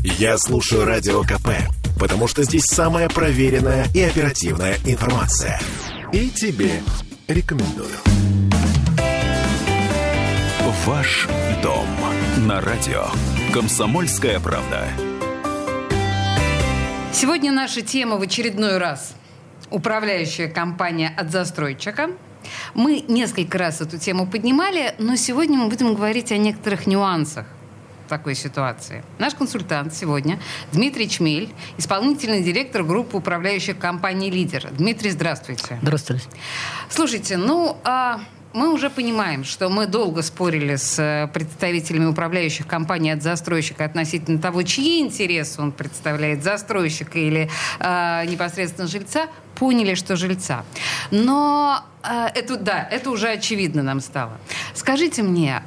Я слушаю Радио КП, потому что здесь самая проверенная и оперативная информация. И тебе рекомендую. Ваш дом на радио «Комсомольская правда». Сегодня наша тема в очередной раз управляющая компания от застройщика. Мы несколько раз эту тему поднимали, но сегодня мы будем говорить о некоторых нюансах такой ситуации. Наш консультант сегодня Дмитрий Чмель, исполнительный директор группы управляющих компаний «Лидер». Дмитрий, здравствуйте. Здравствуйте. Слушайте, мы уже понимаем, что мы долго спорили с представителями управляющих компаний от застройщика относительно того, чьи интересы он представляет, застройщика или непосредственно жильца. Поняли, что жильца. Но это уже очевидно нам стало. Скажите мне,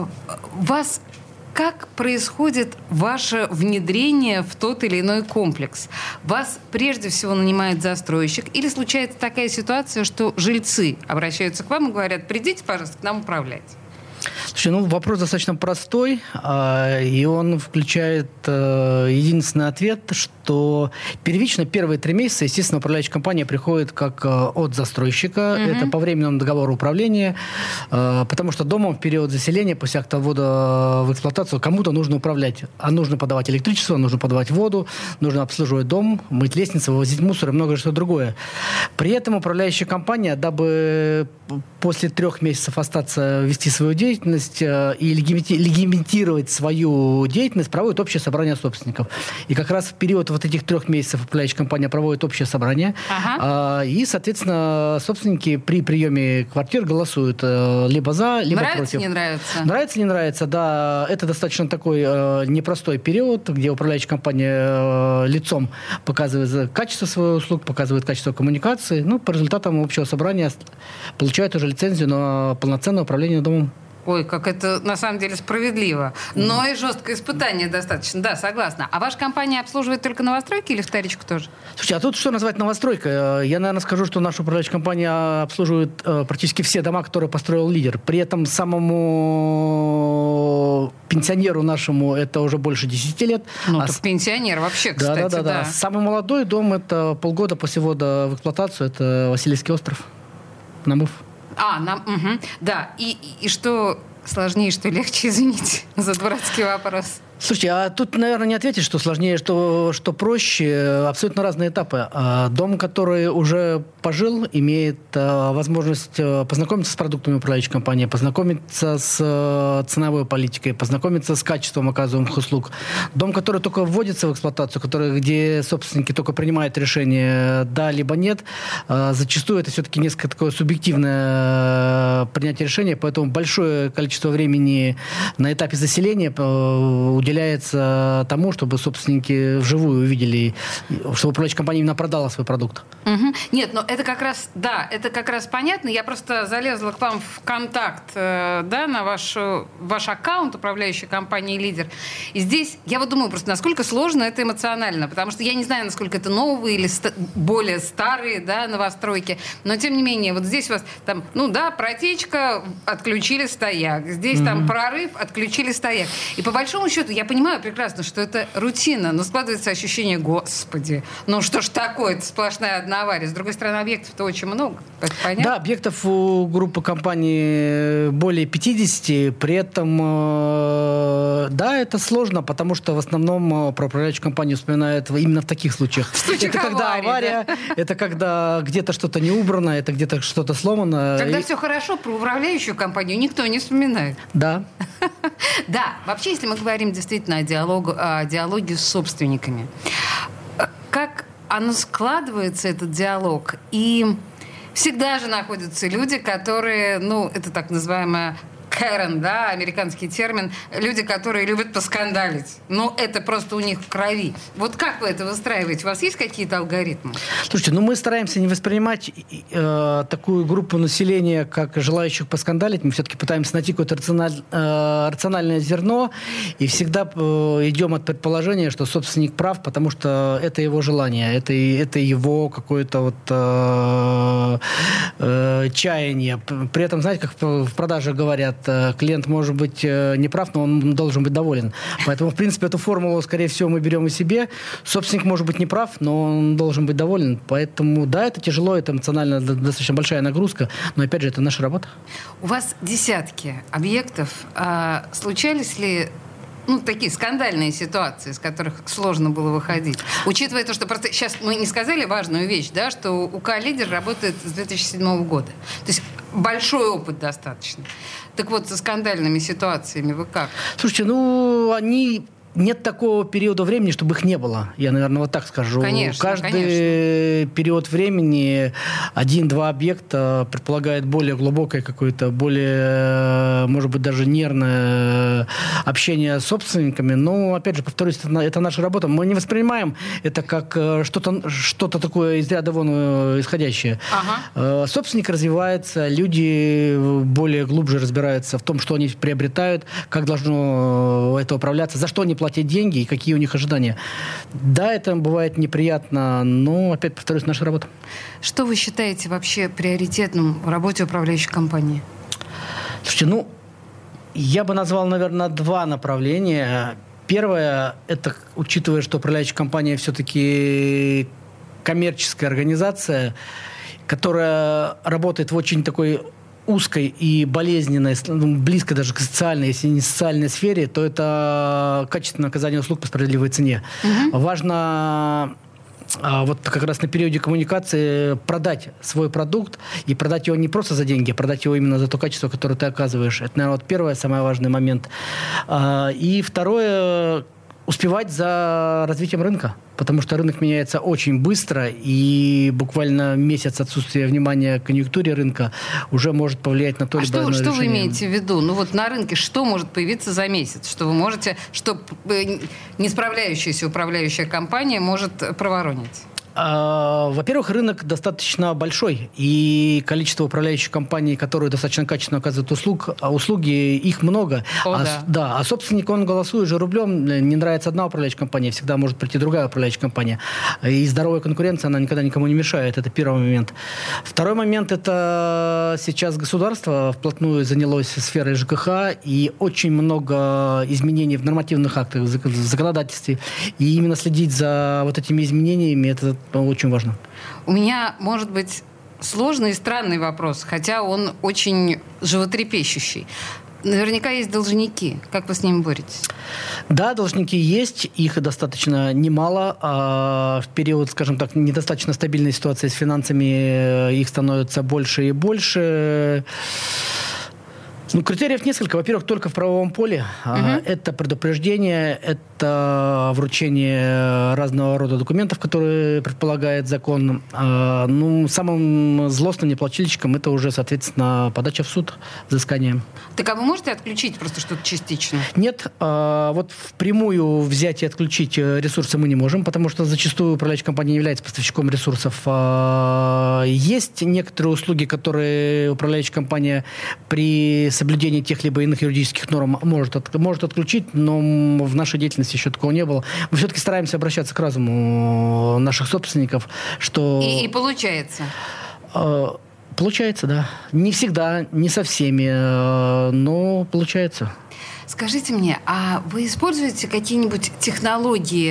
как происходит ваше внедрение в тот или иной комплекс? Вас прежде всего нанимает застройщик или случается такая ситуация, что жильцы обращаются к вам и говорят: придите, пожалуйста, к нам управлять? Слушай, вопрос достаточно простой, и он включает единственный ответ, что первично первые 3 месяца, естественно, управляющая компания приходит как от застройщика, это по временному договору управления, потому что домом в период заселения, после акта ввода в эксплуатацию, кому-то нужно управлять, нужно подавать электричество, нужно подавать воду, нужно обслуживать дом, мыть лестницы, вывозить мусор и многое что другое. При этом управляющая компания, дабы после 3 месяцев остаться, вести свою деятельность и легитимировать свою деятельность, проводит общее собрание собственников. И как раз в период вот этих 3 месяцев управляющая компания проводит общее собрание. И, соответственно, собственники при приеме квартир голосуют либо за, либо нравится, против. Не нравится? Нравится, не нравится, да. Это достаточно такой непростой период, где управляющая компания лицом показывает качество своих услуг, показывает качество коммуникации. По результатам общего собрания получает уже лицензию на полноценное управление домом. Ой, как это на самом деле справедливо. Но и жесткое испытание достаточно. Да, согласна. А ваша компания обслуживает только новостройки или вторичку тоже? Слушайте, а тут что назвать новостройкой? Я, наверное, скажу, что наша управляющая компания обслуживает практически все дома, которые построил «Лидер». При этом самому пенсионеру нашему это уже больше 10 лет. Так пенсионер вообще, кстати, да. Самый молодой дом — это полгода после ввода в эксплуатацию. Это Васильевский остров, Намыв. Да, и что сложнее, что легче, извините за дурацкий вопрос. Слушайте, а тут, наверное, не ответить, что сложнее, что проще. Абсолютно разные этапы. Дом, который уже пожил, имеет возможность познакомиться с продуктами управляющей компании, познакомиться с ценовой политикой, познакомиться с качеством оказываемых услуг. Дом, который только вводится в эксплуатацию, где собственники только принимают решение да либо нет, зачастую это все-таки несколько такое субъективное принятие решения, поэтому большое количество времени на этапе заселения уделяется тому, чтобы собственники вживую увидели, чтобы управляющая компания именно продала свой продукт. Нет, но это как раз, это как раз понятно. Я просто залезла к вам в контакт, на ваш аккаунт управляющей компании «Лидер». И здесь я думаю просто, насколько сложно это эмоционально, потому что я не знаю, насколько это новые или более старые, новостройки, но тем не менее, вот здесь у вас там, протечка, отключили стояк, здесь там прорыв, отключили стояк. И по большому счету я понимаю прекрасно, что это рутина, но складывается ощущение: господи, что ж такое, это сплошная одна авария. С другой стороны, объектов-то очень много, это понятно? Да, объектов у группы компаний более 50, при этом, это сложно, потому что в основном про управляющую компанию вспоминают именно в таких случаях. В случаях это когда авария, это когда где-то что-то не убрано, это где-то что-то сломано. Когда все хорошо, про управляющую компанию никто не вспоминает. Да. Да, вообще, если мы говорим действительно о диалоге с собственниками, как оно складывается, этот диалог? И всегда же находятся люди, которые, это так называемая Karen, американский термин, люди, которые любят поскандалить. Это просто у них в крови. Вот как вы это выстраиваете? У вас есть какие-то алгоритмы? Слушайте, мы стараемся не воспринимать такую группу населения, как желающих поскандалить. Мы все-таки пытаемся найти какое-то рациональное зерно и всегда идем от предположения, что собственник прав, потому что это его желание, это его какое-то чаяние. При этом, знаете, как в продаже говорят, Клиент может быть не прав, но он должен быть доволен. Поэтому, в принципе, эту формулу, скорее всего, мы берем и себе. Собственник может быть не прав, но он должен быть доволен. Поэтому, да, это тяжело, это эмоционально достаточно большая нагрузка, но, опять же, это наша работа. У вас десятки объектов. Случались ли такие скандальные ситуации, из которых сложно было выходить? Учитывая то, что просто сейчас мы не сказали важную вещь, да, что УК «Лидер» работает с 2007 года. То есть большой опыт достаточно. Так вот, со скандальными ситуациями вы как? Слушайте, нет такого периода времени, чтобы их не было. Я, наверное, вот так скажу. Конечно, Каждый период времени 1-2 объекта предполагает более глубокое какое-то, более, может быть, даже нервное общение с собственниками. Но, опять же, повторюсь, это наша работа. Мы не воспринимаем это как что-то такое из ряда вон исходящее. Ага. Собственник развивается, люди более глубже разбираются в том, что они приобретают, как должно это управляться, за что они платить деньги и какие у них ожидания. Да, это бывает неприятно, но, опять повторюсь, наша работа. Что вы считаете вообще приоритетным в работе управляющей компании? Слушайте, я бы назвал, наверное, 2 направления. Первое, это, учитывая, что управляющая компания все-таки коммерческая организация, которая работает в очень такой узкой и болезненной, близко даже к социальной, если не социальной сфере, то это качественное оказание услуг по справедливой цене. Угу. Важно вот как раз на периоде коммуникации продать свой продукт и продать его не просто за деньги, а продать его именно за то качество, которое ты оказываешь. Это, наверное, вот первый, самый важный момент. И второе, успевать за развитием рынка, потому что рынок меняется очень быстро, и буквально месяц отсутствия внимания к конъюнктуре рынка уже может повлиять на то либо иное решение. Что вы имеете в виду? На рынке что может появиться за месяц? Что вы можете, что не справляющаяся управляющая компания может проворонить? Во-первых, рынок достаточно большой, и количество управляющих компаний, которые достаточно качественно оказывают услуги, их много. А собственник, он голосует же рублем, не нравится одна управляющая компания, всегда может прийти другая управляющая компания. И здоровая конкуренция, она никогда никому не мешает, это первый момент. Второй момент, это сейчас государство вплотную занялось сферой ЖКХ, и очень много изменений в нормативных актах, в законодательстве, и именно следить за вот этими изменениями, это очень важно. У меня, может быть, сложный и странный вопрос, хотя он очень животрепещущий. Наверняка есть должники. Как вы с ними боретесь? Да, должники есть. Их достаточно немало. В период, скажем так, недостаточно стабильной ситуации с финансами их становится больше и больше. Критериев несколько. Во-первых, только в правовом поле. Это предупреждение, это вручение разного рода документов, которые предполагает закон. Самым злостным неплательщиком это уже, соответственно, подача в суд, взыскание. Так а вы можете отключить просто что-то частично? Нет. Вот впрямую взять и отключить ресурсы мы не можем, потому что зачастую управляющая компания не является поставщиком ресурсов. Есть некоторые услуги, которые управляющая компания при соблюдении тех либо иных юридических норм может отключить, но в нашей деятельности еще такого не было. Мы все-таки стараемся обращаться к разуму наших собственников, что... И получается? Получается, да. Не всегда, не со всеми, но получается. Скажите мне, а вы используете какие-нибудь технологии,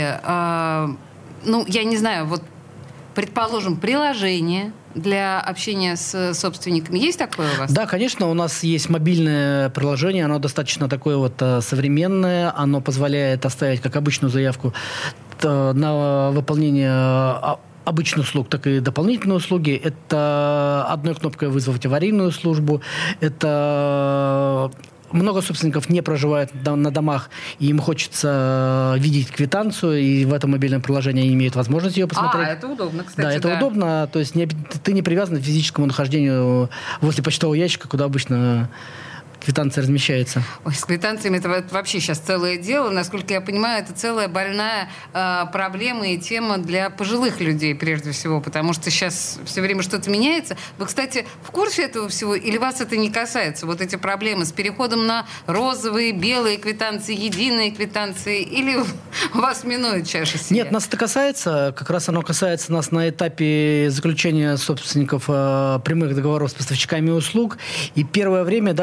я не знаю, предположим, приложения для общения с собственниками? Есть такое у вас? Да, конечно, у нас есть мобильное приложение, оно достаточно такое современное, оно позволяет оставить как обычную заявку на выполнение обычных услуг, так и дополнительные услуги. Это одной кнопкой вызвать аварийную службу, это... Много собственников не проживают на домах, и им хочется видеть квитанцию, и в этом мобильном приложении они имеют возможность ее посмотреть. Это удобно, кстати. Да, это удобно. То есть ты не привязан к физическому нахождению возле почтового ящика, куда обычно квитанция размещается. Ой, с квитанциями это вообще сейчас целое дело. Насколько я понимаю, это целая больная проблема и тема для пожилых людей, прежде всего, потому что сейчас все время что-то меняется. Вы, кстати, в курсе этого всего, или вас это не касается? Вот эти проблемы с переходом на розовые, белые квитанции, единые квитанции, или вас минует чаша сия? Нет, нас это касается. Как раз оно касается нас на этапе заключения собственников прямых договоров с поставщиками услуг. И первое время, да, действительно,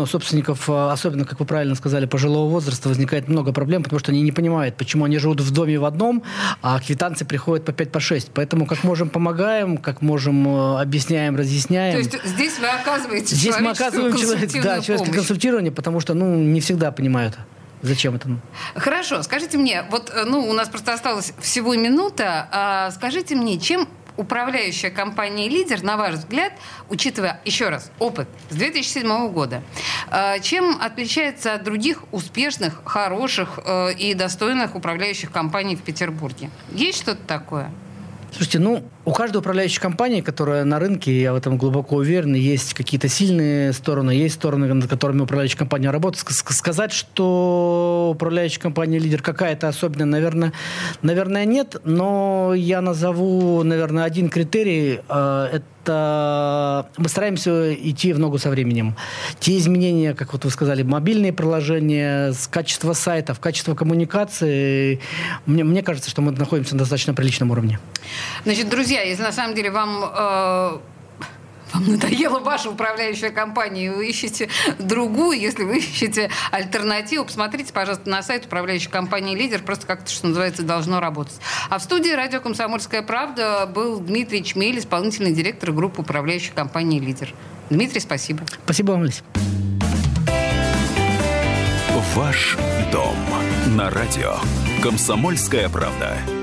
собственников, особенно, как вы правильно сказали, пожилого возраста, возникает много проблем, потому что они не понимают, почему они живут в доме в одном, а квитанции приходят по 5, по 6. Поэтому как можем помогаем, как можем объясняем, разъясняем. То есть здесь вы оказываете человеческое консультирование, потому что не всегда понимают. Зачем это? Хорошо, скажите мне, у нас просто осталось всего минута, скажите мне, чем управляющая компания «Лидер», на ваш взгляд, учитывая, еще раз, опыт с 2007 года, чем отличается от других успешных, хороших и достойных управляющих компаний в Петербурге? Есть что-то такое? Слушайте, у каждой управляющей компании, которая на рынке, я в этом глубоко уверен, есть какие-то сильные стороны, есть стороны, над которыми управляющая компания работает. Сказать, что управляющая компания «Лидер» какая-то особенная, наверное, нет, но я назову, наверное, один критерий. Это мы стараемся идти в ногу со временем. Те изменения, как вот вы сказали, мобильные приложения, качество сайтов, качество коммуникации, мне кажется, что мы находимся на достаточно приличном уровне. Значит, друзья, если на самом деле вам надоела ваша управляющая компания, и вы ищете другую, если вы ищете альтернативу, посмотрите, пожалуйста, на сайт управляющей компании «Лидер», просто как-то, что называется, должно работать. А в студии радио «Комсомольская правда» был Дмитрий Чмель, исполнительный директор группы управляющей компании «Лидер». Дмитрий, спасибо. Спасибо вам, Лесь. Ваш дом на радио «Комсомольская правда».